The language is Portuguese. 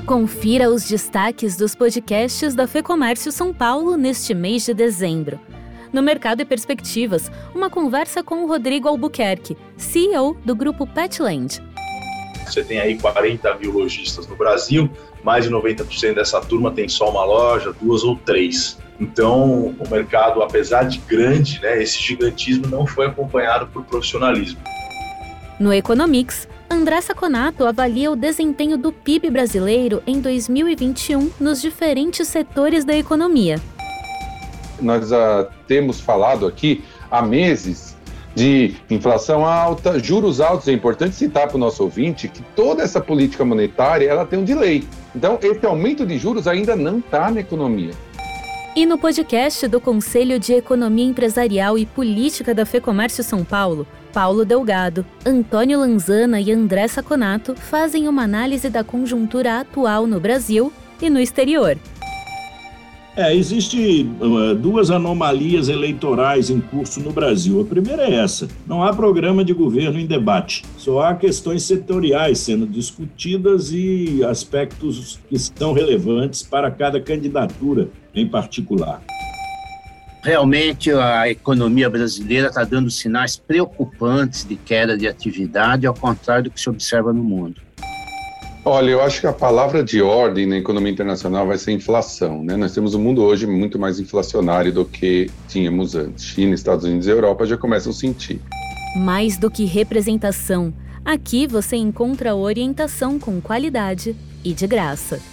Confira os destaques dos podcasts da FEComércio São Paulo neste mês de dezembro. No Mercado e Perspectivas, uma conversa com o Rodrigo Albuquerque, CEO do grupo Petland. Você tem aí 40 mil lojistas no Brasil, mais de 90% dessa turma tem só uma loja, 2 ou 3. Então, o mercado, apesar de grande, esse gigantismo não foi acompanhado por profissionalismo. No Economics, André Saconato avalia o desempenho do PIB brasileiro em 2021 nos diferentes setores da economia. Nós temos falado aqui há meses de inflação alta, juros altos. É importante citar para o nosso ouvinte que toda essa política monetária ela tem um delay. Então, esse aumento de juros ainda não está na economia. E no podcast do Conselho de Economia Empresarial e Política da FEComércio São Paulo, Paulo Delgado, Antônio Lanzana e André Saconato fazem uma análise da conjuntura atual no Brasil e no exterior. Existem duas anomalias eleitorais em curso no Brasil. A primeira é essa: não há programa de governo em debate. Só há questões setoriais sendo discutidas e aspectos que são relevantes para cada candidatura em particular. Realmente, a economia brasileira está dando sinais preocupantes de queda de atividade, ao contrário do que se observa no mundo. Olha, eu acho que a palavra de ordem na economia internacional vai ser inflação, né? Nós temos um mundo hoje muito mais inflacionário do que tínhamos antes. China, Estados Unidos e Europa já começam a sentir. Mais do que representação, aqui você encontra orientação com qualidade e de graça.